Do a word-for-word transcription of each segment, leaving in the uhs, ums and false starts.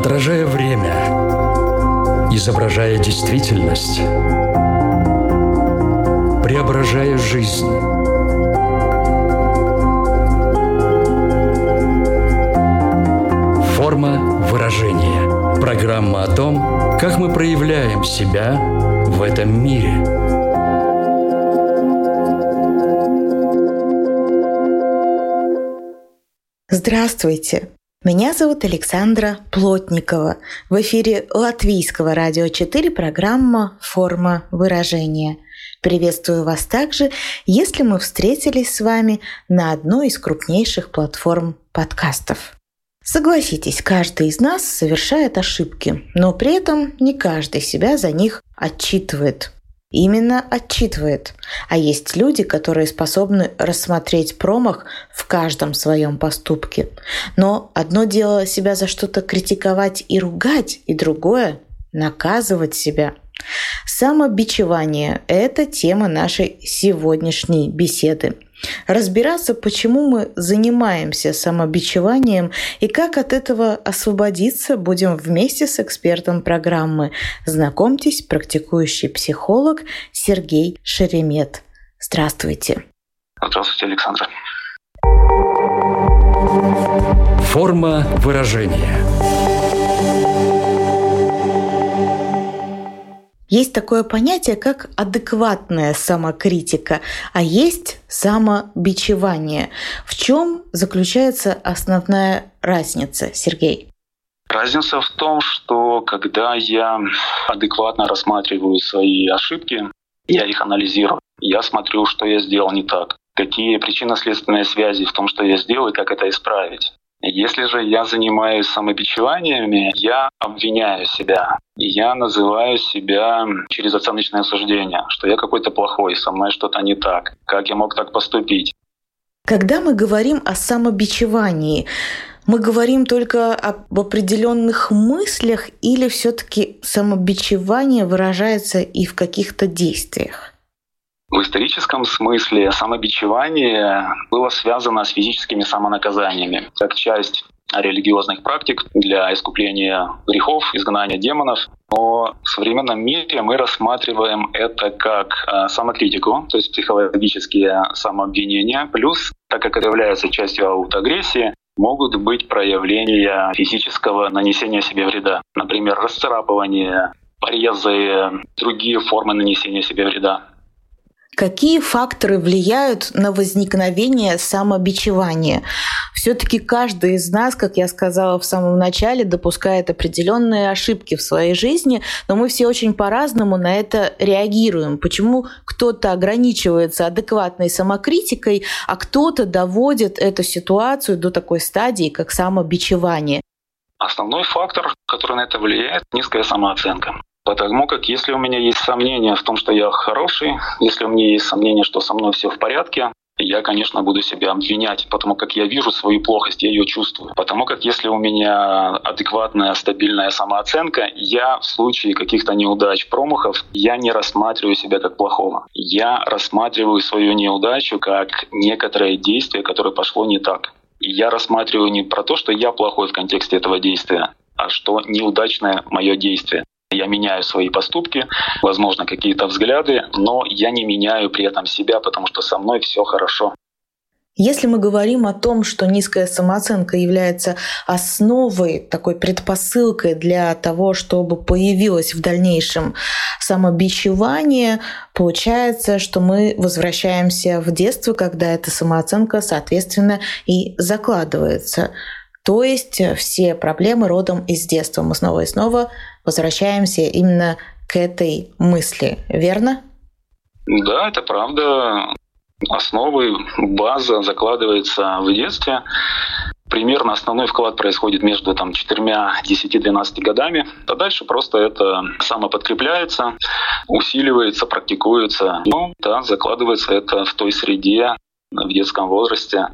Отражая время, изображая действительность, преображая жизнь. Форма выражения. Программа о том, как мы проявляем себя в этом мире. Здравствуйте! Меня зовут Александра Плотникова. В эфире Латвийского радио четыре программа «Форма выражения». Приветствую вас также, если мы встретились с вами на одной из крупнейших платформ подкастов. Согласитесь, каждый из нас совершает ошибки, но при этом не каждый себя за них отчитывает. Именно отчитывает. А есть люди, которые способны рассмотреть промах в каждом своем поступке. Но одно дело себя за что-то критиковать и ругать, и другое – наказывать себя. Самобичевание – это тема нашей сегодняшней беседы. Разбираться, почему мы занимаемся самобичеванием и как от этого освободиться, будем вместе с экспертом программы. Знакомьтесь, практикующий психолог Сергей Шеремет. Здравствуйте. Здравствуйте, Александра. Форма выражения. Есть такое понятие, как адекватная самокритика, а есть самобичевание. В чем заключается основная разница, Сергей? Разница в том, что когда я адекватно рассматриваю свои ошибки, я их анализирую, я смотрю, что я сделал не так, какие причинно-следственные связи в том, что я сделал, и как это исправить. Если же я занимаюсь самобичеваниями, я обвиняю себя. И я называю себя через оценочное суждение, что я какой-то плохой, со мной что-то не так, как я мог так поступить. Когда мы говорим о самобичевании, мы говорим только об определенных мыслях или все-таки самобичевание выражается и в каких-то действиях? В историческом смысле самобичевание было связано с физическими самонаказаниями, как часть религиозных практик для искупления грехов, изгнания демонов. Но в современном мире мы рассматриваем это как самокритику, то есть психологические самообвинения, плюс, так как это является частью аутоагрессии, могут быть проявления физического нанесения себе вреда. Например, расцарапывание, порезы, другие формы нанесения себе вреда. Какие факторы влияют на возникновение самобичевания? Все-таки каждый из нас, как я сказала в самом начале, допускает определенные ошибки в своей жизни, но мы все очень по-разному на это реагируем. Почему кто-то ограничивается адекватной самокритикой, а кто-то доводит эту ситуацию до такой стадии, как самобичевание? Основной фактор, который на это влияет, низкая самооценка. Потому как если у меня есть сомнения в том, что я хороший, если у меня есть сомнения, что со мной все в порядке, я, конечно, буду себя обвинять, потому как я вижу свою плохость, я ее чувствую. Потому как если у меня адекватная, стабильная самооценка, я в случае каких-то неудач, промахов, я не рассматриваю себя как плохого. Я рассматриваю свою неудачу как некоторое действие, которое пошло не так. И я рассматриваю не про то, что я плохой в контексте этого действия, а что неудачное мое действие. Я меняю свои поступки, возможно, какие-то взгляды, но я не меняю при этом себя, потому что со мной все хорошо. Если мы говорим о том, что низкая самооценка является основой, такой предпосылкой для того, чтобы появилось в дальнейшем самобичевание, получается, что мы возвращаемся в детство, когда эта самооценка, соответственно, и закладывается. То есть все проблемы родом из детства. Мы снова и снова возвращаемся именно к этой мысли, верно? Да, это правда. Основы, база закладывается в детстве. Примерно основной вклад происходит между там, четырьмя, десятью, двенадцатью годами. А дальше просто это самоподкрепляется, усиливается, практикуется. Ну, да, закладывается это в той среде, в детском возрасте.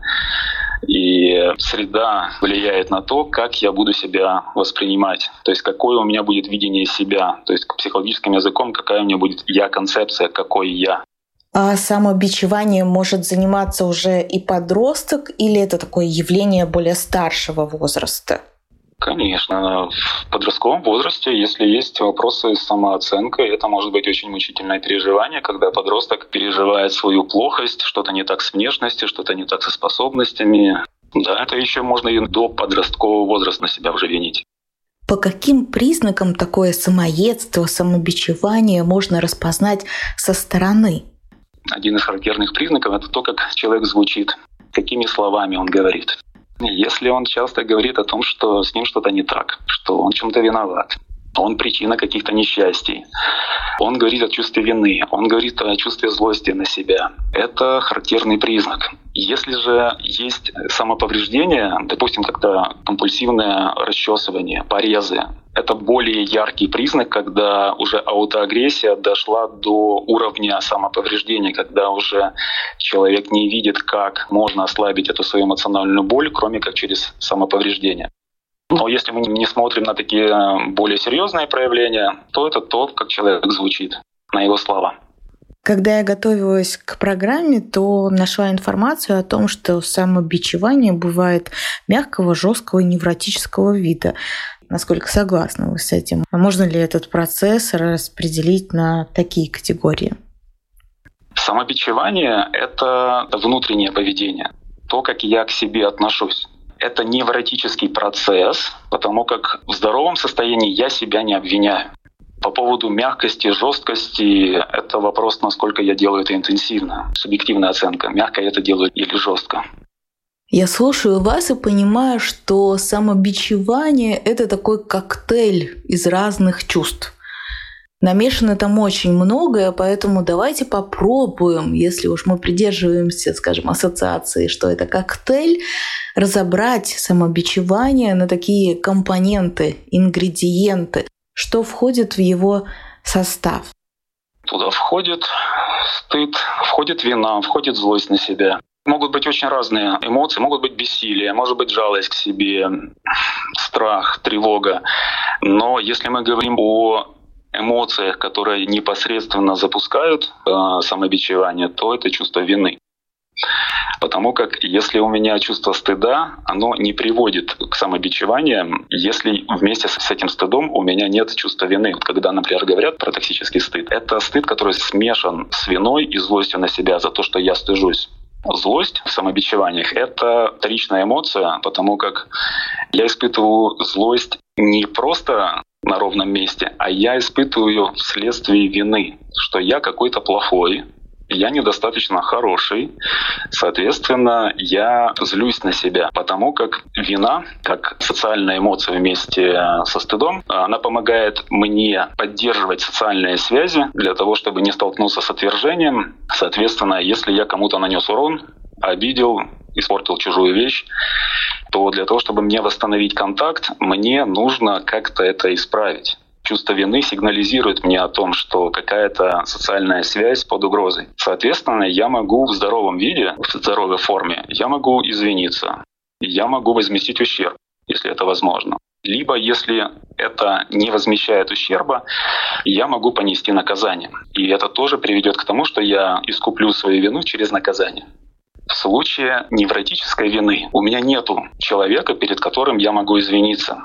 И среда влияет на то, как я буду себя воспринимать. То есть какое у меня будет видение себя. То есть психологическим языком, какая у меня будет я-концепция, какой я. А самобичеванием может заниматься уже и подросток, или это такое явление более старшего возраста? Конечно. В подростковом возрасте, если есть вопросы с самооценкой, это может быть очень мучительное переживание, когда подросток переживает свою плохость, что-то не так с внешностью, что-то не так со способностями. Да, это еще можно и до подросткового возраста на себя уже винить. По каким признакам такое самоедство, самобичевание можно распознать со стороны? Один из характерных признаков — это то, как человек звучит, какими словами он говорит. Если он часто говорит о том, что с ним что-то не так, что он в чем-то виноват, он причина каких-то несчастий, он говорит о чувстве вины, он говорит о чувстве злости на себя, это характерный признак. Если же есть самоповреждение, допустим, как-то компульсивное расчесывание, порезы, это более яркий признак, когда уже аутоагрессия дошла до уровня самоповреждения, когда уже человек не видит, как можно ослабить эту свою эмоциональную боль, кроме как через самоповреждение. Но если мы не смотрим на такие более серьезные проявления, то это то, как человек звучит, на его слова. Когда я готовилась к программе, то нашла информацию о том, что самобичевание бывает мягкого, жесткого и невротического вида. Насколько согласны вы с этим? А можно ли этот процесс распределить на такие категории? Самобичевание — это внутреннее поведение, то, как я к себе отношусь. Это невротический процесс, потому как в здоровом состоянии я себя не обвиняю. По поводу мягкости, жесткости — это вопрос, насколько я делаю это интенсивно. Субъективная оценка, мягко я это делаю или жестко. Я слушаю вас и понимаю, что самобичевание — это такой коктейль из разных чувств. Намешано там очень многое, поэтому давайте попробуем, если уж мы придерживаемся, скажем, ассоциации, что это коктейль, разобрать самобичевание на такие компоненты, ингредиенты, что входит в его состав. Туда входит стыд, входит вина, входит злость на себя. Могут быть очень разные эмоции, могут быть бессилие, может быть жалость к себе, страх, тревога. Но если мы говорим о эмоциях, которые непосредственно запускают э, самобичевание, то это чувство вины. Потому как если у меня чувство стыда, оно не приводит к самобичеванию, если вместе с этим стыдом у меня нет чувства вины. Вот когда, например, говорят про токсический стыд, это стыд, который смешан с виной и злостью на себя за то, что я стыжусь. Злость в самобичеваниях — это вторичная эмоция, потому как я испытываю злость не просто на ровном месте, а я испытываю ее вследствие вины, что я какой-то плохой, я недостаточно хороший, соответственно, я злюсь на себя, потому как вина, как социальная эмоция вместе со стыдом, она помогает мне поддерживать социальные связи для того, чтобы не столкнуться с отвержением. Соответственно, если я кому-то нанес урон, обидел, испортил чужую вещь, то для того, чтобы мне восстановить контакт, мне нужно как-то это исправить. Чувство вины сигнализирует мне о том, что какая-то социальная связь под угрозой. Соответственно, я могу в здоровом виде, в здоровой форме, я могу извиниться, я могу возместить ущерб, если это возможно. Либо, если это не возмещает ущерба, я могу понести наказание. И это тоже приведет к тому, что я искуплю свою вину через наказание. В случае невротической вины у меня нету человека, перед которым я могу извиниться.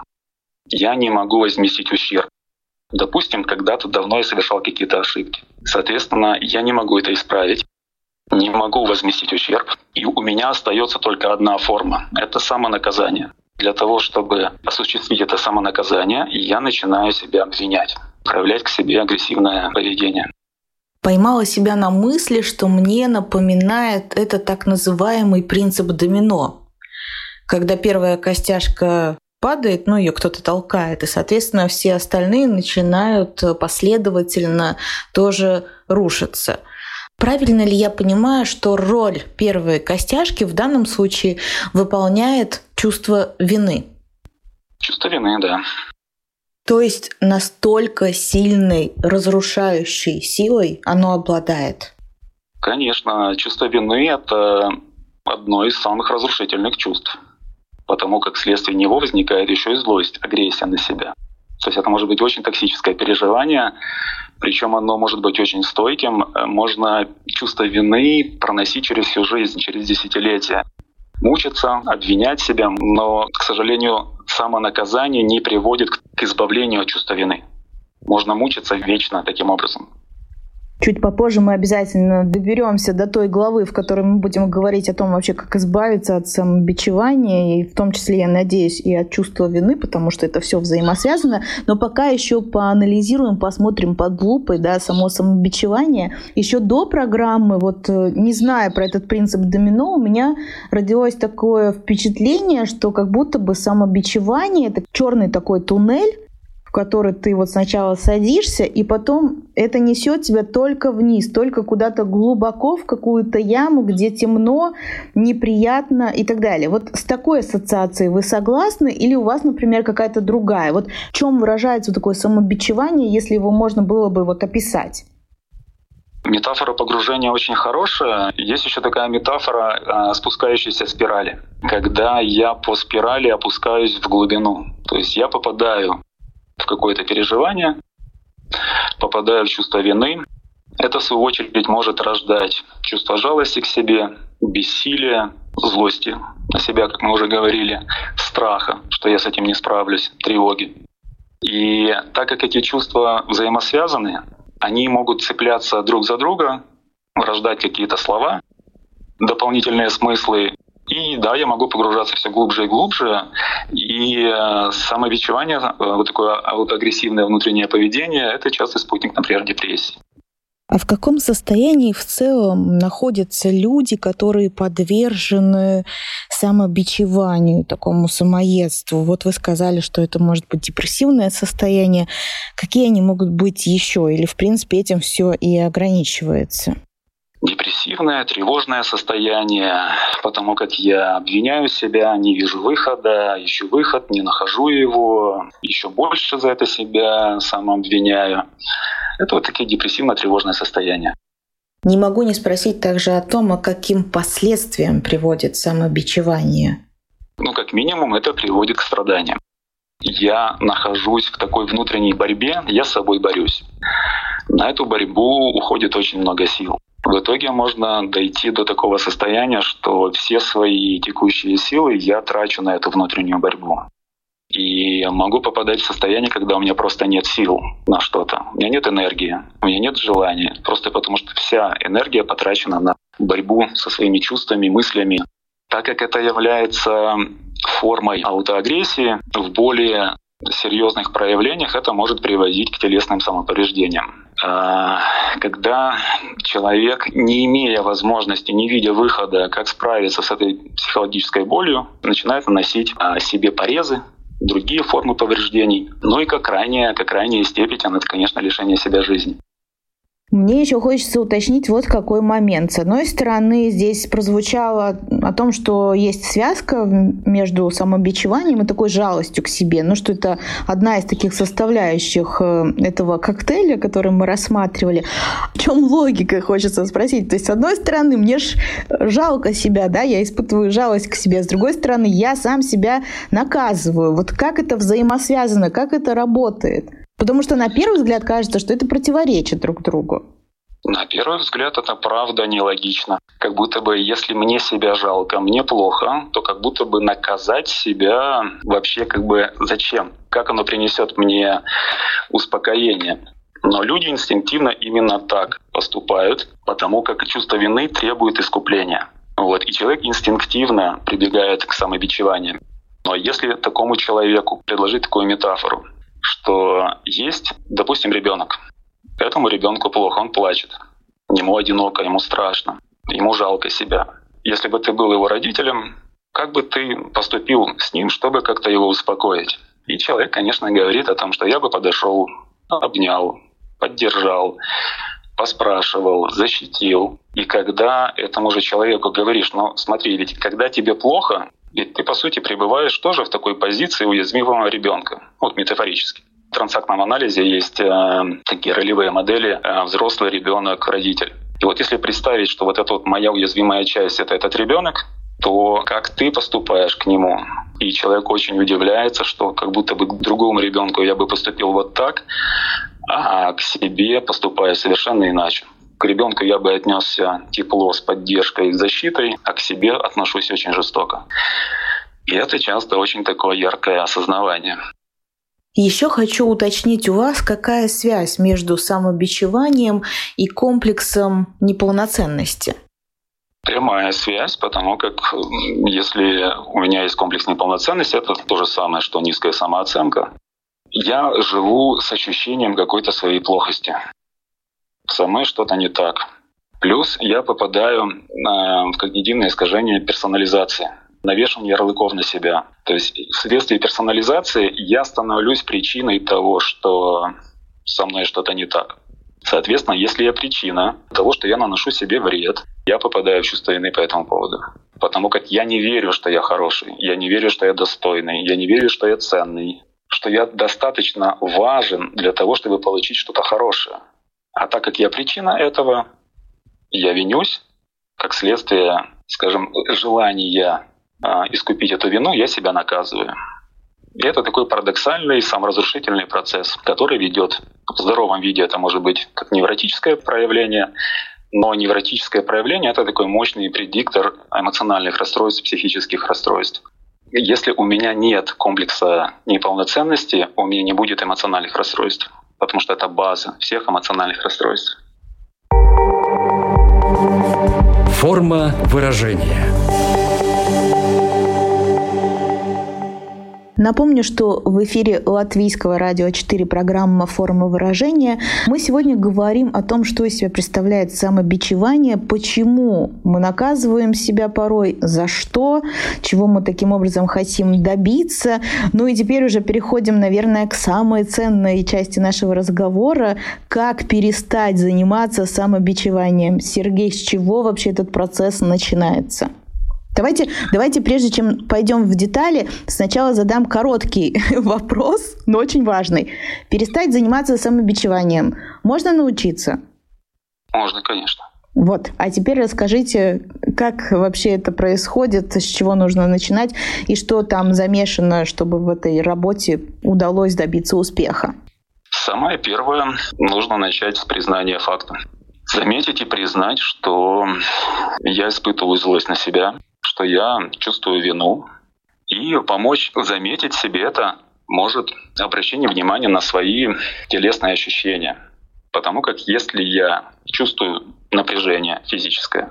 Я не могу возместить ущерб. Допустим, когда-то давно я совершал какие-то ошибки. Соответственно, я не могу это исправить, не могу возместить ущерб. И у меня остается только одна форма — это самонаказание. Для того, чтобы осуществить это самонаказание, я начинаю себя обвинять, проявлять к себе агрессивное поведение. Поймала себя на мысли, что мне напоминает это так называемый принцип домино. Когда первая костяшка падает, ну ее кто-то толкает, и, соответственно, все остальные начинают последовательно тоже рушиться. Правильно ли я понимаю, что роль первой костяшки в данном случае выполняет чувство вины? Чувство вины, да. То есть настолько сильной, разрушающей силой оно обладает? Конечно, чувство вины — это одно из самых разрушительных чувств. Потому как вследствие него возникает еще и злость, агрессия на себя. То есть это может быть очень токсическое переживание, причем оно может быть очень стойким. Можно чувство вины проносить через всю жизнь, через десятилетия. Мучиться, обвинять себя, но, к сожалению, самонаказание не приводит к избавлению от чувства вины. Можно мучиться вечно таким образом. Чуть попозже мы обязательно доберемся до той главы, в которой мы будем говорить о том вообще, как избавиться от самобичевания, и в том числе, я надеюсь, и от чувства вины, потому что это все взаимосвязано. Но пока еще поанализируем, посмотрим под лупой, да, само самобичевание. Еще до программы, вот не зная про этот принцип домино, у меня родилось такое впечатление, что как будто бы самобичевание — это черный такой туннель, в который ты вот сначала садишься, и потом это несет тебя только вниз, только куда-то глубоко в какую-то яму, где темно, неприятно и так далее. Вот с такой ассоциацией вы согласны? Или у вас, например, какая-то другая? Вот в чем выражается такое самобичевание, если его можно было бы вот описать? Метафора погружения очень хорошая. Есть еще такая метафора э, спускающейся спирали. Когда я по спирали опускаюсь в глубину. То есть я попадаю в какое-то переживание, попадаю в чувство вины. Это, в свою очередь, может рождать чувство жалости к себе, бессилия, злости на себя, как мы уже говорили, страха, что я с этим не справлюсь, тревоги. И так как эти чувства взаимосвязаны, они могут цепляться друг за друга, рождать какие-то слова, дополнительные смыслы. И да, я могу погружаться все глубже и глубже. И э, самобичевание, э, вот такое аутоагрессивное внутреннее поведение — это частый спутник, например, депрессии. А в каком состоянии в целом находятся люди, которые подвержены самобичеванию, такому самоедству? Вот вы сказали, что это может быть депрессивное состояние. Какие они могут быть еще? Или, в принципе, этим все и ограничивается? Депрессивное, тревожное состояние, потому как я обвиняю себя, не вижу выхода, ищу выход, не нахожу его, еще больше за это себя самообвиняю. Это вот такие депрессивно-тревожные состояния. Не могу не спросить также о том, а каким последствиям приводит самобичевание. Ну, как минимум, это приводит к страданиям. Я нахожусь в такой внутренней борьбе, я с собой борюсь. На эту борьбу уходит очень много сил. В итоге можно дойти до такого состояния, что все свои текущие силы я трачу на эту внутреннюю борьбу. И могу попадать в состояние, когда у меня просто нет сил на что-то. У меня нет энергии, у меня нет желания. Просто потому что вся энергия потрачена на борьбу со своими чувствами, мыслями. Так как это является формой аутоагрессии, в более серьезных проявлениях это может приводить к телесным самоповреждениям. Когда человек, не имея возможности, не видя выхода, как справиться с этой психологической болью, начинает наносить себе порезы, другие формы повреждений. Ну и как крайняя, как крайняя степень, это, конечно, лишение себя жизни. Мне еще хочется уточнить вот какой момент. С одной стороны, здесь прозвучало о том, что есть связка между самобичеванием и такой жалостью к себе. Ну, что это одна из таких составляющих этого коктейля, который мы рассматривали. В чем логика, хочется спросить? То есть, с одной стороны, мне ж жалко себя, да, я испытываю жалость к себе. С другой стороны, я сам себя наказываю. Вот как это взаимосвязано, как это работает? Потому что на первый взгляд кажется, что это противоречит друг другу. На первый взгляд это правда нелогично. Как будто бы, если мне себя жалко, мне плохо, то как будто бы наказать себя вообще как бы зачем? Как оно принесет мне успокоение? Но люди инстинктивно именно так поступают, потому как чувство вины требует искупления. Вот. И человек инстинктивно прибегает к самобичеванию. Но если такому человеку предложить такую метафору, что есть, допустим, ребенок. Этому ребенку плохо, он плачет. Ему одиноко, ему страшно, ему жалко себя. Если бы ты был его родителем, как бы ты поступил с ним, чтобы как-то его успокоить? И человек, конечно, говорит о том, что я бы подошел, обнял, поддержал, поспрашивал, защитил. И когда этому же человеку говоришь, ну смотри, ведь когда тебе плохо, ведь ты, по сути, пребываешь тоже в такой позиции уязвимого ребенка, вот метафорически. В трансактном анализе есть э, такие ролевые модели э, взрослый, ребенок, родитель. И вот если представить, что вот эта вот моя уязвимая часть — это этот ребенок, то как ты поступаешь к нему? И человек очень удивляется, что как будто бы к другому ребенку я бы поступил вот так, а к себе поступаю совершенно иначе. К ребенку я бы отнесся тепло, с поддержкой, с защитой, а к себе отношусь очень жестоко. И это часто очень такое яркое осознавание. Еще хочу уточнить у вас, какая связь между самобичеванием и комплексом неполноценности? Прямая связь, потому как если у меня есть комплекс неполноценности, это то же самое, что низкая самооценка. Я живу с ощущением какой-то своей плохости. Со мной что-то не так. Плюс я попадаю в когнитивное искажение персонализации, навешивание ярлыков на себя. То есть вследствие персонализации я становлюсь причиной того, что со мной что-то не так. Соответственно, если я причина того, что я наношу себе вред, я попадаю в чувство вины по этому поводу. Потому как я не верю, что я хороший, я не верю, что я достойный, я не верю, что я ценный, что я достаточно важен для того, чтобы получить что-то хорошее. А так как я причина этого, я винюсь, как следствие, скажем, желания искупить эту вину, я себя наказываю. И это такой парадоксальный саморазрушительный процесс, который ведет в здоровом виде. Это может быть как невротическое проявление, но невротическое проявление — это такой мощный предиктор эмоциональных расстройств, психических расстройств. Если у меня нет комплекса неполноценности, у меня не будет эмоциональных расстройств, потому что это база всех эмоциональных расстройств. Форма выражения. Напомню, что в эфире Латвийского радио четыре программа «Форма выражения». Мы сегодня говорим о том, что из себя представляет самобичевание, почему мы наказываем себя порой, за что, чего мы таким образом хотим добиться. Ну и теперь уже переходим, наверное, к самой ценной части нашего разговора – как перестать заниматься самобичеванием. Сергей, с чего вообще этот процесс начинается? Давайте, давайте, прежде чем пойдем в детали, сначала задам короткий вопрос, но очень важный. Перестать заниматься самобичеванием можно научиться? Можно, конечно. Вот. А теперь расскажите, как вообще это происходит, с чего нужно начинать и что там замешано, чтобы в этой работе удалось добиться успеха. Самое первое, нужно начать с признания факта. Заметить и признать, что я испытываю злость на себя, что я чувствую вину, и помочь заметить себе это может обращение внимания на свои телесные ощущения. Потому как если я чувствую напряжение физическое,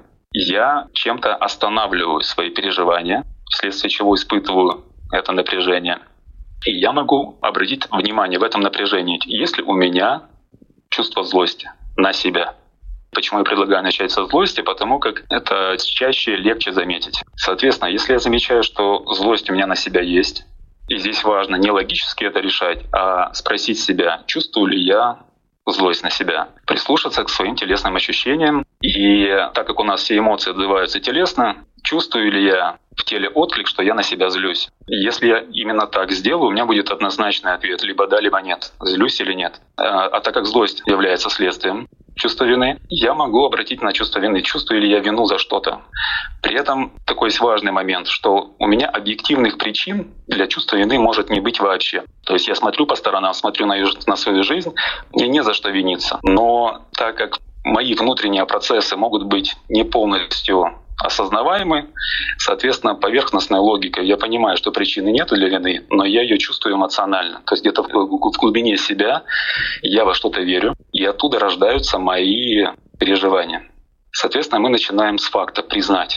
я чем-то останавливаю свои переживания, вследствие чего испытываю это напряжение. И я могу обратить внимание в этом напряжении, если у меня чувство злости на себя. Почему я предлагаю начать со злости? Потому как это чаще легче заметить. Соответственно, если я замечаю, что злость у меня на себя есть, и здесь важно не логически это решать, а спросить себя, чувствую ли я злость на себя, прислушаться к своим телесным ощущениям. И так как у нас все эмоции отзываются телесно, чувствую ли я в теле отклик, что я на себя злюсь. И если я именно так сделаю, у меня будет однозначный ответ, либо да, либо нет, злюсь или нет. А, а так как злость является следствием чувства вины, я могу обратить на чувство вины, чувствую ли я вину за что-то. При этом такой есть важный момент, что у меня объективных причин для чувства вины может не быть вообще. То есть я смотрю по сторонам, смотрю на, на свою жизнь, мне не за что виниться. Но так как мои внутренние процессы могут быть не полностью осознаваемы, соответственно, поверхностная логика. Я понимаю, что причины нет для вины, но я ее чувствую эмоционально. То есть где-то в глубине себя я во что-то верю, и оттуда рождаются мои переживания. Соответственно, мы начинаем с факта признать,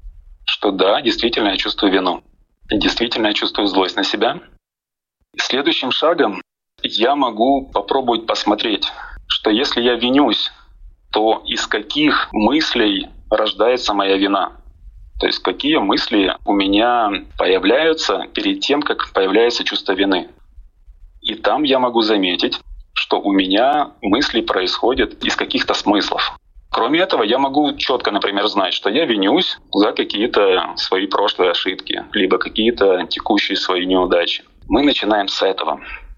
что да, действительно я чувствую вину, действительно я чувствую злость на себя. Следующим шагом я могу попробовать посмотреть, что если я винюсь, то из каких мыслей рождается моя вина. То есть какие мысли у меня появляются перед тем, как появляется чувство вины. И там я могу заметить, что у меня мысли происходят из каких-то смыслов. Кроме этого, я могу четко, например, знать, что я винюсь за какие-то свои прошлые ошибки, либо какие-то текущие свои неудачи. Мы начинаем с этого.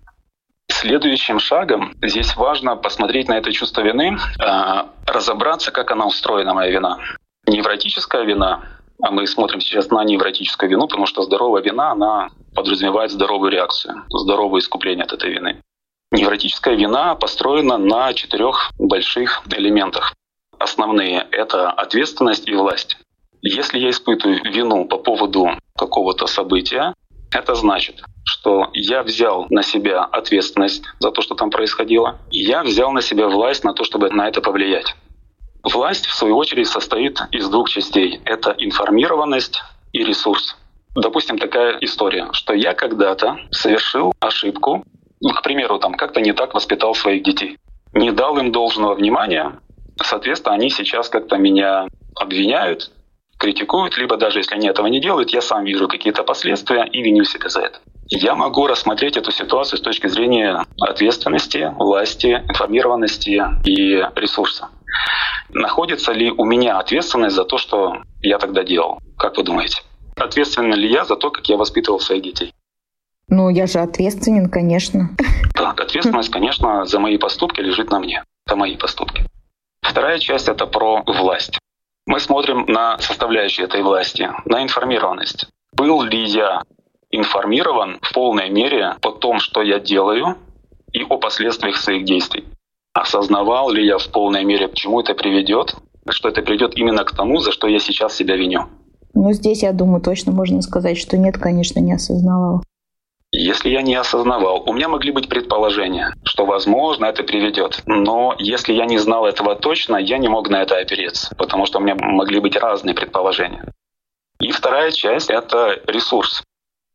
Следующим шагом здесь важно посмотреть на это чувство вины, разобраться, как она устроена, моя вина. Невротическая вина, а мы смотрим сейчас на невротическую вину, потому что здоровая вина, она подразумевает здоровую реакцию, здоровое искупление от этой вины. Невротическая вина построена на четырех больших элементах. Основные — это ответственность и власть. Если я испытываю вину по поводу какого-то события, это значит, что я взял на себя ответственность за то, что там происходило, и я взял на себя власть на то, чтобы на это повлиять. Власть, в свою очередь, состоит из двух частей. Это информированность и ресурс. Допустим, такая история, что я когда-то совершил ошибку, к примеру, там как-то не так воспитал своих детей, не дал им должного внимания, соответственно, они сейчас как-то меня обвиняют, критикуют, либо даже если они этого не делают, я сам вижу какие-то последствия и виню себя за это. Я могу рассмотреть эту ситуацию с точки зрения ответственности, власти, информированности и ресурса. Находится ли у меня ответственность за то, что я тогда делал? Как вы думаете? Ответственен ли я за то, как я воспитывал своих детей? Ну, я же ответственен, конечно. Так, ответственность, конечно, за мои поступки лежит на мне. Это мои поступки. Вторая часть — это про власть. Мы смотрим на составляющие этой власти, на информированность. Был ли я информирован в полной мере о том, что я делаю, и о последствиях своих действий? Осознавал ли я в полной мере, к чему это приведет, что это приведет именно к тому, за что я сейчас себя виню? Ну, здесь, я думаю, точно можно сказать, что нет, конечно, не осознавал. Если я не осознавал, у меня могли быть предположения, что, возможно, это приведет. Но если я не знал этого точно, я не мог на это опереться, потому что у меня могли быть разные предположения. И вторая часть — это ресурс.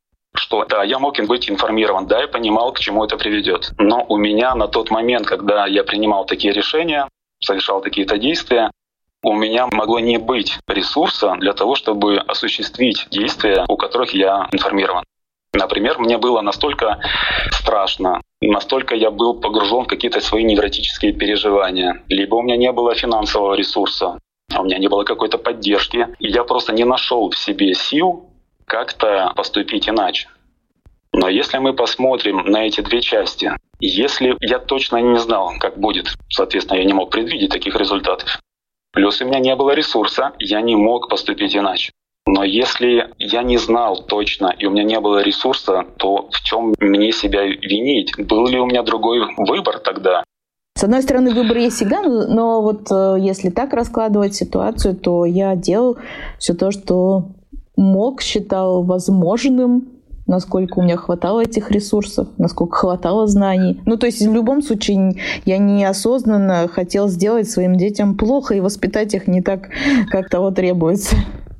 Что да, я мог быть информирован, да, я понимал, к чему это приведет. Но у меня на тот момент, когда я принимал такие решения, совершал какие-то действия, у меня могло не быть ресурса для того, чтобы осуществить действия, у которых я информирован. Например, мне было настолько страшно, настолько я был погружен в какие-то свои невротические переживания, либо у меня не было финансового ресурса, а у меня не было какой-то поддержки, и я просто не нашел в себе сил как-то поступить иначе. Но если мы посмотрим на эти две части, если я точно не знал, как будет, соответственно, я не мог предвидеть таких результатов, плюс у меня не было ресурса, я не мог поступить иначе. Но если я не знал точно, и у меня не было ресурса, то в чем мне себя винить? Был ли у меня другой выбор тогда? С одной стороны, выбор есть всегда, но вот если так раскладывать ситуацию, то я делал все то, что мог, считал возможным, насколько у меня хватало этих ресурсов, насколько хватало знаний. Ну, то есть в любом случае я неосознанно хотел сделать своим детям плохо и воспитать их не так, как того требуется.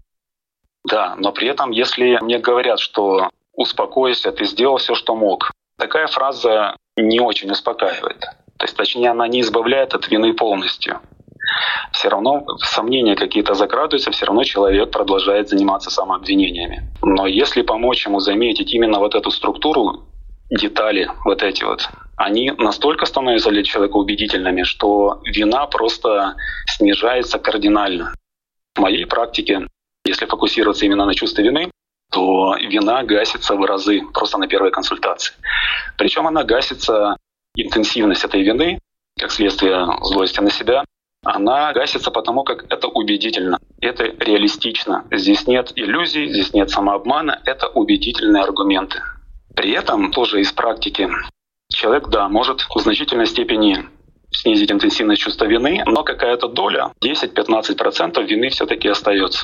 Да, но при этом, если мне говорят, что успокойся, ты сделал все, что мог, такая фраза не очень успокаивает. То есть, точнее, она не избавляет от вины полностью. Все равно сомнения какие-то закрадываются, все равно человек продолжает заниматься самообвинениями. Но если помочь ему заметить именно вот эту структуру, детали вот эти вот, они настолько становятся для человека убедительными, что вина просто снижается кардинально. В моей практике, если фокусироваться именно на чувстве вины, то вина гасится в разы просто на первой консультации. Причем она гасится, интенсивность этой вины, как следствие злости на себя, она гасится потому, как это убедительно, это реалистично. Здесь нет иллюзий, здесь нет самообмана, это убедительные аргументы. При этом тоже из практики человек, да, может в значительной степени снизить интенсивность чувства вины, но какая-то доля, десять-пятнадцать процентов вины все-таки остается.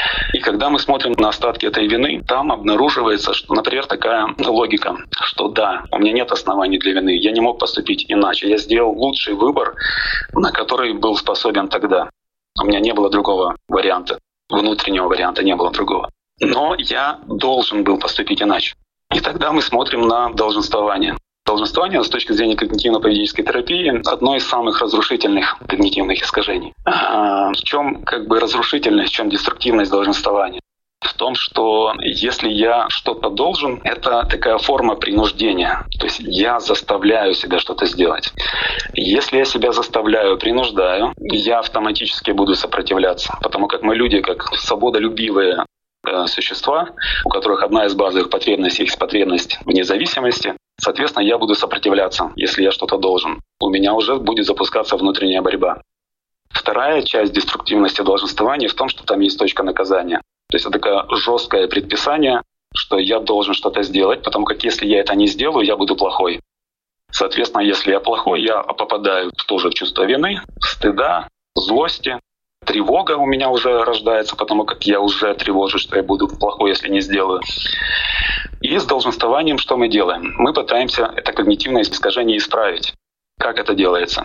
И когда мы смотрим на остатки этой вины, там обнаруживается, что, например, такая логика, что да, у меня нет оснований для вины, я не мог поступить иначе, я сделал лучший выбор, на который был способен тогда. У меня не было другого варианта, внутреннего варианта не было другого. Но я должен был поступить иначе. И тогда мы смотрим на долженствование. Долженствование с точки зрения когнитивно-поведенческой терапии одно из самых разрушительных когнитивных искажений. А в чем как бы разрушительность, в чем деструктивность долженствования? В том, что если я что-то должен, это такая форма принуждения. То есть я заставляю себя что-то сделать. Если я себя заставляю, принуждаю, я автоматически буду сопротивляться. Потому как мы люди, как свободолюбивые существа, у которых одна из базовых потребностей есть потребность в независимости. Соответственно, я буду сопротивляться, если я что-то должен. У меня уже будет запускаться внутренняя борьба. Вторая часть деструктивности долженствования в том, что там есть точка наказания. То есть это такое жесткое предписание, что я должен что-то сделать, потому как если я это не сделаю, я буду плохой. Соответственно, если я плохой, я попадаю тоже в чувство вины, стыда, злости. тревога у меня уже рождается, потому как я уже тревожусь, что я буду плохой, если не сделаю. И с долженствованием что мы делаем? Мы пытаемся это когнитивное искажение исправить. Как это делается?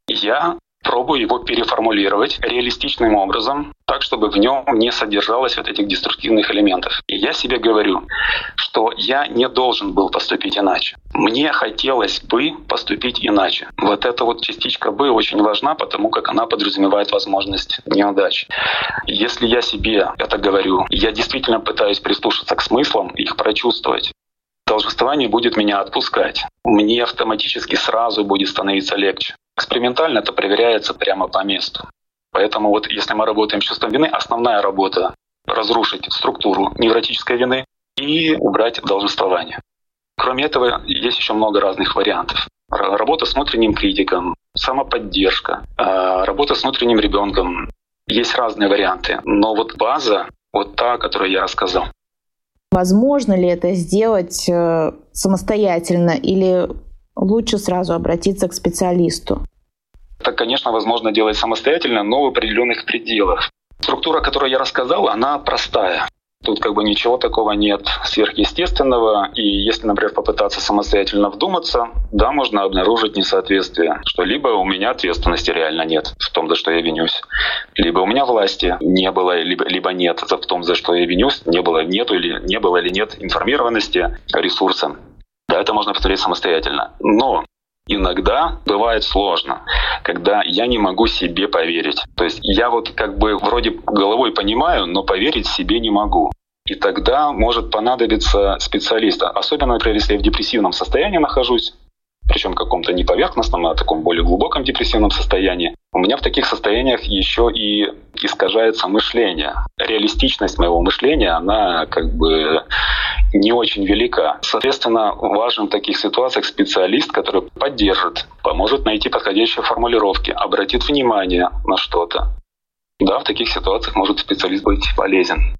Я пробую его переформулировать реалистичным образом, так, чтобы в нем не содержалось вот этих деструктивных элементов. И я себе говорю, что я не должен был поступить иначе. Мне хотелось бы поступить иначе. Вот эта вот частичка «бы» очень важна, потому как она подразумевает возможность неудачи. Если я себе это говорю, я действительно пытаюсь прислушаться к смыслам, их прочувствовать, долженствование будет меня отпускать. Мне автоматически сразу будет становиться легче. Экспериментально это проверяется прямо по месту. Поэтому вот если мы работаем с чувством вины, основная работа — разрушить структуру невротической вины и убрать долженствование. Кроме этого, есть еще много разных вариантов. Работа с внутренним критиком, самоподдержка, работа с внутренним ребенком. Есть разные варианты, но вот база вот та, о которой я рассказал. Возможно ли это сделать э, самостоятельно или лучше сразу обратиться к специалисту? Это, конечно, возможно делать самостоятельно, но в определенных пределах. Структура, которую я рассказал, она простая. Тут как бы ничего такого нет сверхъестественного. И если, например, попытаться самостоятельно вдуматься, да, можно обнаружить несоответствие, что либо у меня ответственности реально нет в том, за что я винюсь, либо у меня власти не было, либо, либо нет в том, за что я винюсь, не было, нету или не было или нет информированности, ресурса. Да, это можно повторить самостоятельно. Но иногда бывает сложно, когда я не могу себе поверить. То есть я вот как бы вроде головой понимаю, но поверить себе не могу. И тогда может понадобиться специалист. Особенно, например, если я в депрессивном состоянии нахожусь, причем каком-то не поверхностном, а таком более глубоком депрессивном состоянии. У меня в таких состояниях еще и искажается мышление. Реалистичность моего мышления, она как бы не очень велика. Соответственно, важен в таких ситуациях специалист, который поддержит, поможет найти подходящие формулировки, обратит внимание на что-то. Да, в таких ситуациях может специалист быть полезен.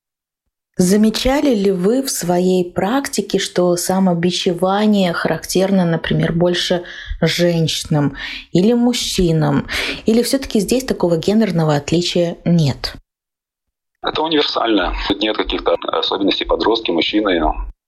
Замечали ли вы в своей практике, что самобичевание характерно, например, больше женщинам или мужчинам? Или все-таки здесь такого гендерного отличия нет? Это универсально. Тут нет каких-то особенностей подростки, мужчины,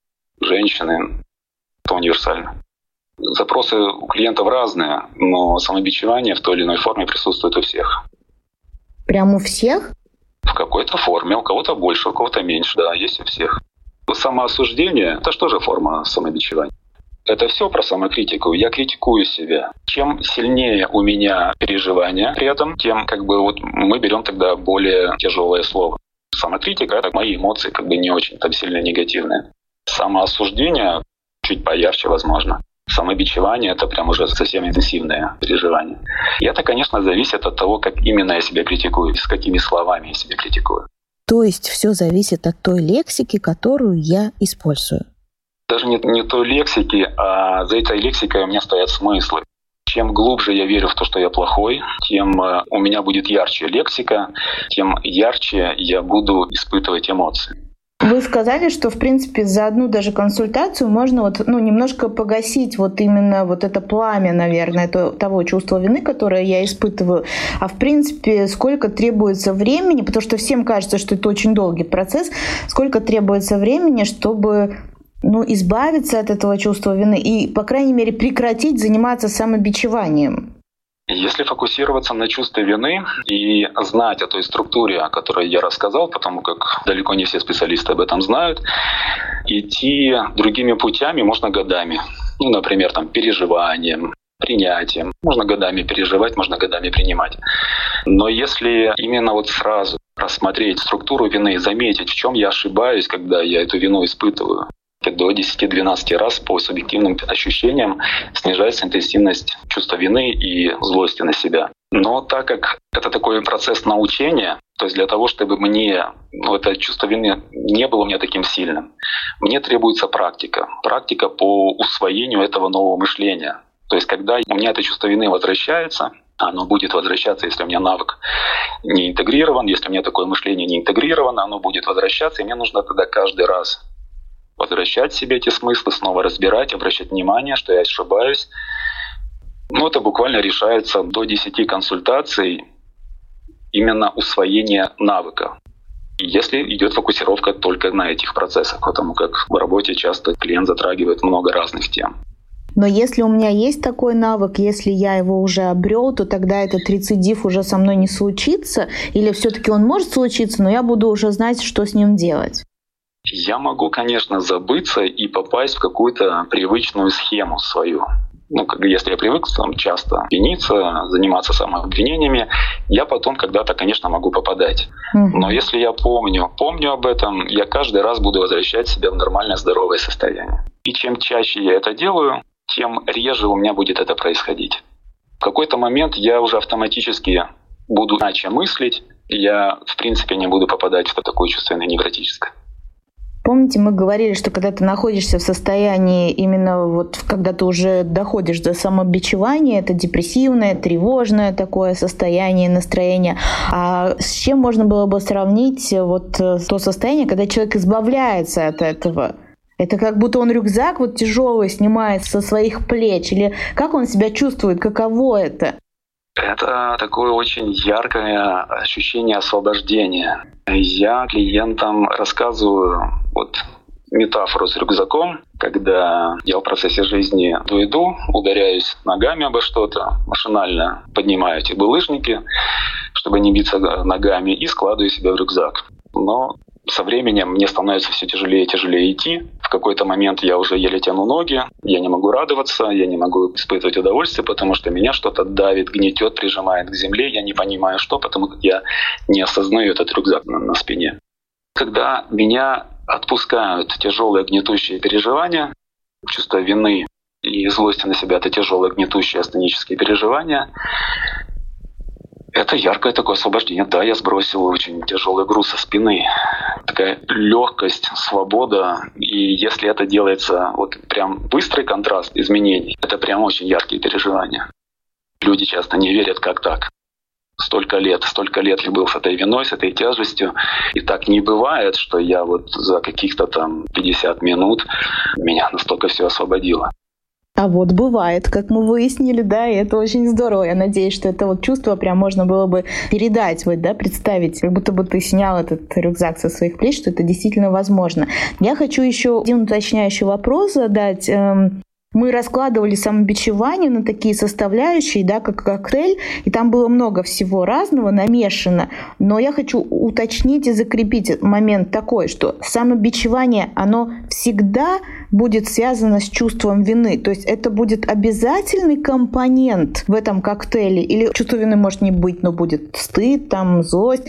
женщины. Это универсально. Запросы у клиентов разные, но самобичевание в той или иной форме присутствует у всех. Прямо у всех? В какой-то форме, у кого-то больше, у кого-то меньше, да, есть у всех. Самоосуждение — это же тоже форма самобичевания. Это все про самокритику. Я критикую себя. Чем сильнее у меня переживания при этом, тем как бы вот мы берем тогда более тяжелое слово. Самокритика — это мои эмоции как бы не очень там сильно негативные. Самоосуждение чуть поярче, возможно. Самобичевание — это прям уже совсем интенсивное переживание. И это, конечно, зависит от того, как именно я себя критикую, с какими словами я себя критикую. То есть все зависит от той лексики, которую я использую? Даже не, не той лексики, а за этой лексикой у меня стоят смыслы. Чем глубже я верю в то, что я плохой, тем у меня будет ярче лексика, тем ярче я буду испытывать эмоции. Вы сказали, что, в принципе, за одну даже консультацию можно вот, ну, немножко погасить вот именно вот это пламя, наверное, то, того чувства вины, которое я испытываю. А в принципе, сколько требуется времени, потому что всем кажется, что это очень долгий процесс, сколько требуется времени, чтобы ну, избавиться от этого чувства вины и, по крайней мере, прекратить заниматься самобичеванием? Если фокусироваться на чувстве вины и знать о той структуре, о которой я рассказал, потому как далеко не все специалисты об этом знают, идти другими путями можно годами. Ну, например, там, переживанием, принятием. Можно годами переживать, можно годами принимать. Но если именно вот сразу рассмотреть структуру вины, заметить, в чем я ошибаюсь, когда я эту вину испытываю, до десяти-двенадцати раз по субъективным ощущениям снижается интенсивность чувства вины и злости на себя. Но так как это такой процесс научения, то есть для того, чтобы мне ну, это чувство вины не было у меня таким сильным, мне требуется практика. Практика по усвоению этого нового мышления. То есть когда у меня это чувство вины возвращается, оно будет возвращаться, если у меня навык не интегрирован, если у меня такое мышление не интегрировано, оно будет возвращаться, и мне нужно тогда каждый раз возвращать себе эти смыслы, снова разбирать, обращать внимание, что я ошибаюсь. Ну, это буквально решается до десяти консультаций. И именно усвоение навыка. Если идет фокусировка только на этих процессах, потому как в работе часто клиент затрагивает много разных тем. Но если у меня есть такой навык, если я его уже обрел, то тогда этот рецидив уже со мной не случится? Или все-таки он может случиться, но я буду уже знать, что с ним делать? Я могу, конечно, забыться и попасть в какую-то привычную схему свою. Ну, как если я привык там, часто виниться, заниматься самообвинениями, я потом когда-то, конечно, могу попадать. Mm-hmm. Но если я помню, помню об этом, я каждый раз буду возвращать себя в нормальное, здоровое состояние. И чем чаще я это делаю, тем реже у меня будет это происходить. В какой-то момент я уже автоматически буду иначе мыслить, и я, в принципе, не буду попадать в такое чувственное невротическое. Помните, мы говорили, что когда ты находишься в состоянии, именно вот когда ты уже доходишь до самобичевания, это депрессивное, тревожное такое состояние, настроение. А с чем можно было бы сравнить вот то состояние, когда человек избавляется от этого? Это как будто он рюкзак вот тяжелый снимает со своих плеч, или как он себя чувствует, каково это? Это такое очень яркое ощущение освобождения. Я клиентам рассказываю вот метафору с рюкзаком, когда я в процессе жизни иду, ударяюсь ногами обо что-то, машинально поднимаю эти булыжники, чтобы не биться ногами, и складываю себя в рюкзак. Но со временем мне становится все тяжелее и тяжелее идти. В какой-то момент я уже еле тяну ноги, я не могу радоваться, я не могу испытывать удовольствие, потому что меня что-то давит, гнетет, прижимает к земле. Я не понимаю, что, потому как я не осознаю этот рюкзак на, на спине. Когда меня отпускают тяжелые гнетущие переживания, чувство вины и злости на себя — это тяжелые гнетущие астенические переживания, это яркое такое освобождение. Да, я сбросил очень тяжелый груз со спины. Такая легкость, свобода. И если это делается вот прям быстрый контраст изменений, это прям очень яркие переживания. Люди часто не верят, как так. Столько лет, столько лет я был с этой виной, с этой тяжестью. И так не бывает, что я вот за каких-то там пятьдесят минут меня настолько все освободило. А вот бывает, как мы выяснили, да, и это очень здорово. Я надеюсь, что это вот чувство прям можно было бы передать, вот, да, представить, как будто бы ты снял этот рюкзак со своих плеч, что это действительно возможно. Я хочу еще один уточняющий вопрос задать. Мы раскладывали самобичевание на такие составляющие, да, как коктейль, и там было много всего разного намешано. Но я хочу уточнить и закрепить момент такой, что самобичевание, оно всегда будет связано с чувством вины. То есть это будет обязательный компонент в этом коктейле, или чувство вины может не быть, но будет стыд, там, злость.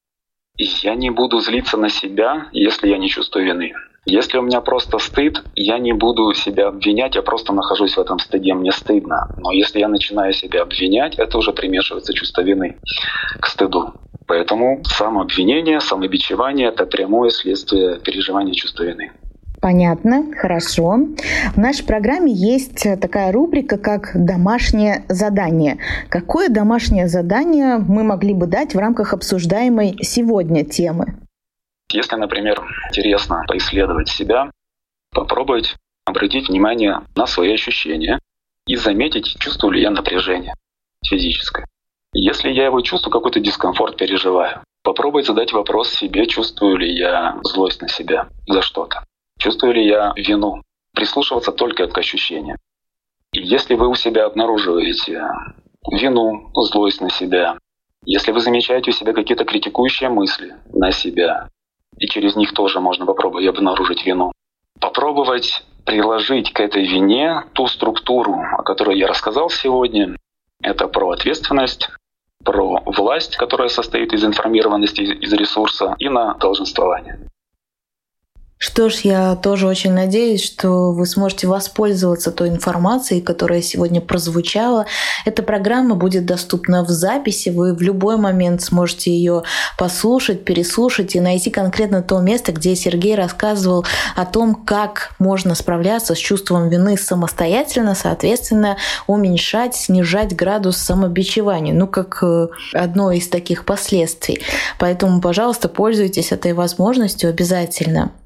Я не буду злиться на себя, если я не чувствую вины. Если у меня просто стыд, я не буду себя обвинять, я просто нахожусь в этом стыде, мне стыдно. Но если я начинаю себя обвинять, это уже примешивается чувство вины к стыду. Поэтому самообвинение, самобичевание — это прямое следствие переживания чувства вины. Понятно, хорошо. В нашей программе есть такая рубрика, как «Домашнее задание». Какое домашнее задание мы могли бы дать в рамках обсуждаемой сегодня темы? Если, например, интересно поисследовать себя, попробовать обратить внимание на свои ощущения и заметить, чувствую ли я напряжение физическое. Если я его чувствую, какой-то дискомфорт переживаю, попробовать задать вопрос себе, чувствую ли я злость на себя за что-то, чувствую ли я вину, прислушиваться только к ощущениям. И если вы у себя обнаруживаете вину, злость на себя, если вы замечаете у себя какие-то критикующие мысли на себя, и через них тоже можно попробовать обнаружить вину. Попробовать приложить к этой вине ту структуру, о которой я рассказал сегодня. Это про ответственность, про власть, которая состоит из информированности, из ресурса, и на долженствование. Что ж, я тоже очень надеюсь, что вы сможете воспользоваться той информацией, которая сегодня прозвучала. Эта программа будет доступна в записи. Вы в любой момент сможете ее послушать, переслушать и найти конкретно то место, где Сергей рассказывал о том, как можно справляться с чувством вины самостоятельно, соответственно, уменьшать, снижать градус самобичевания. Ну, как одно из таких последствий. Поэтому, пожалуйста, пользуйтесь этой возможностью обязательно.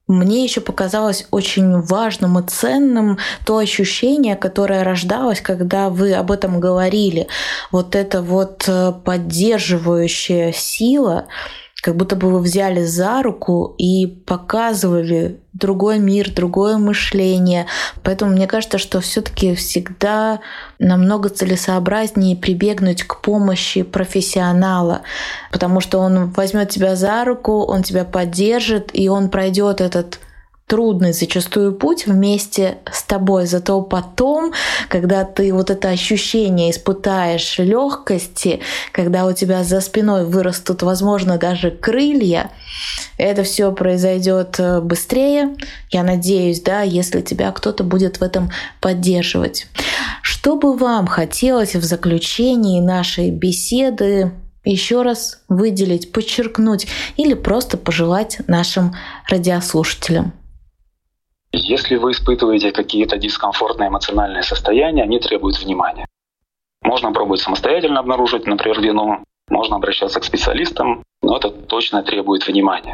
Мне еще показалось очень важным и ценным то ощущение, которое рождалось, когда вы об этом говорили. Вот эта вот поддерживающая сила, как будто бы вы взяли за руку и показывали другой мир, другое мышление. Поэтому мне кажется, что все-таки всегда намного целесообразнее прибегнуть к помощи профессионала, потому что он возьмет тебя за руку, он тебя поддержит, и он пройдет этот трудный зачастую путь вместе с тобой. Зато потом, когда ты вот это ощущение испытаешь легкости, когда у тебя за спиной вырастут, возможно, даже крылья, это все произойдет быстрее. Я надеюсь, да, если тебя кто-то будет в этом поддерживать. Что бы вам хотелось в заключении нашей беседы еще раз выделить, подчеркнуть или просто пожелать нашим радиослушателям? Если вы испытываете какие-то дискомфортные эмоциональные состояния, они требуют внимания. Можно пробовать самостоятельно обнаружить, например, вину, можно обращаться к специалистам, но это точно требует внимания.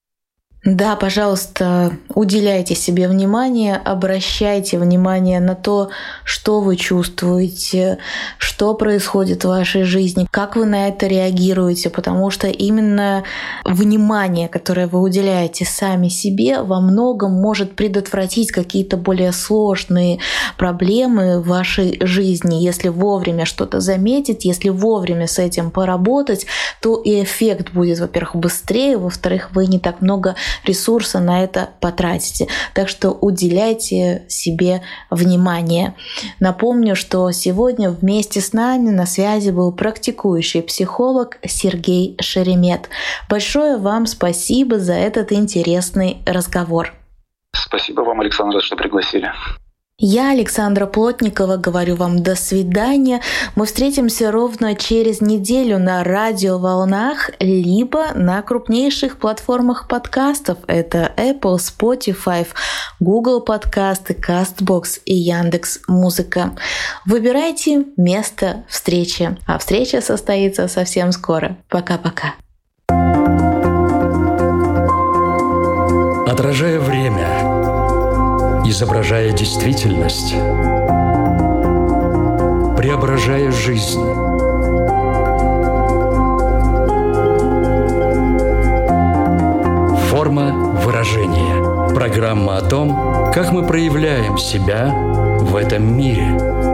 Да, пожалуйста, уделяйте себе внимание, обращайте внимание на то, что вы чувствуете, что происходит в вашей жизни, как вы на это реагируете, потому что именно внимание, которое вы уделяете сами себе, во многом может предотвратить какие-то более сложные проблемы в вашей жизни. Если вовремя что-то заметить, если вовремя с этим поработать, то и эффект будет, во-первых, быстрее, во-вторых, вы не так много ресурса на это потратите. Так что уделяйте себе внимание. Напомню, что сегодня вместе с нами на связи был практикующий психолог Сергей Шеремет. Большое вам спасибо за этот интересный разговор. Спасибо вам, Александра, что пригласили. Я, Александра Плотникова, говорю вам до свидания. Мы встретимся ровно через неделю на радиоволнах, либо на крупнейших платформах подкастов. Это Apple, Spotify, Google подкасты, Castbox и Яндекс.Музыка. Выбирайте место встречи. А встреча состоится совсем скоро. Пока-пока. Отражая время, изображая действительность, преображая жизнь. Форма выражения. Программа о том, как мы проявляем себя в этом мире.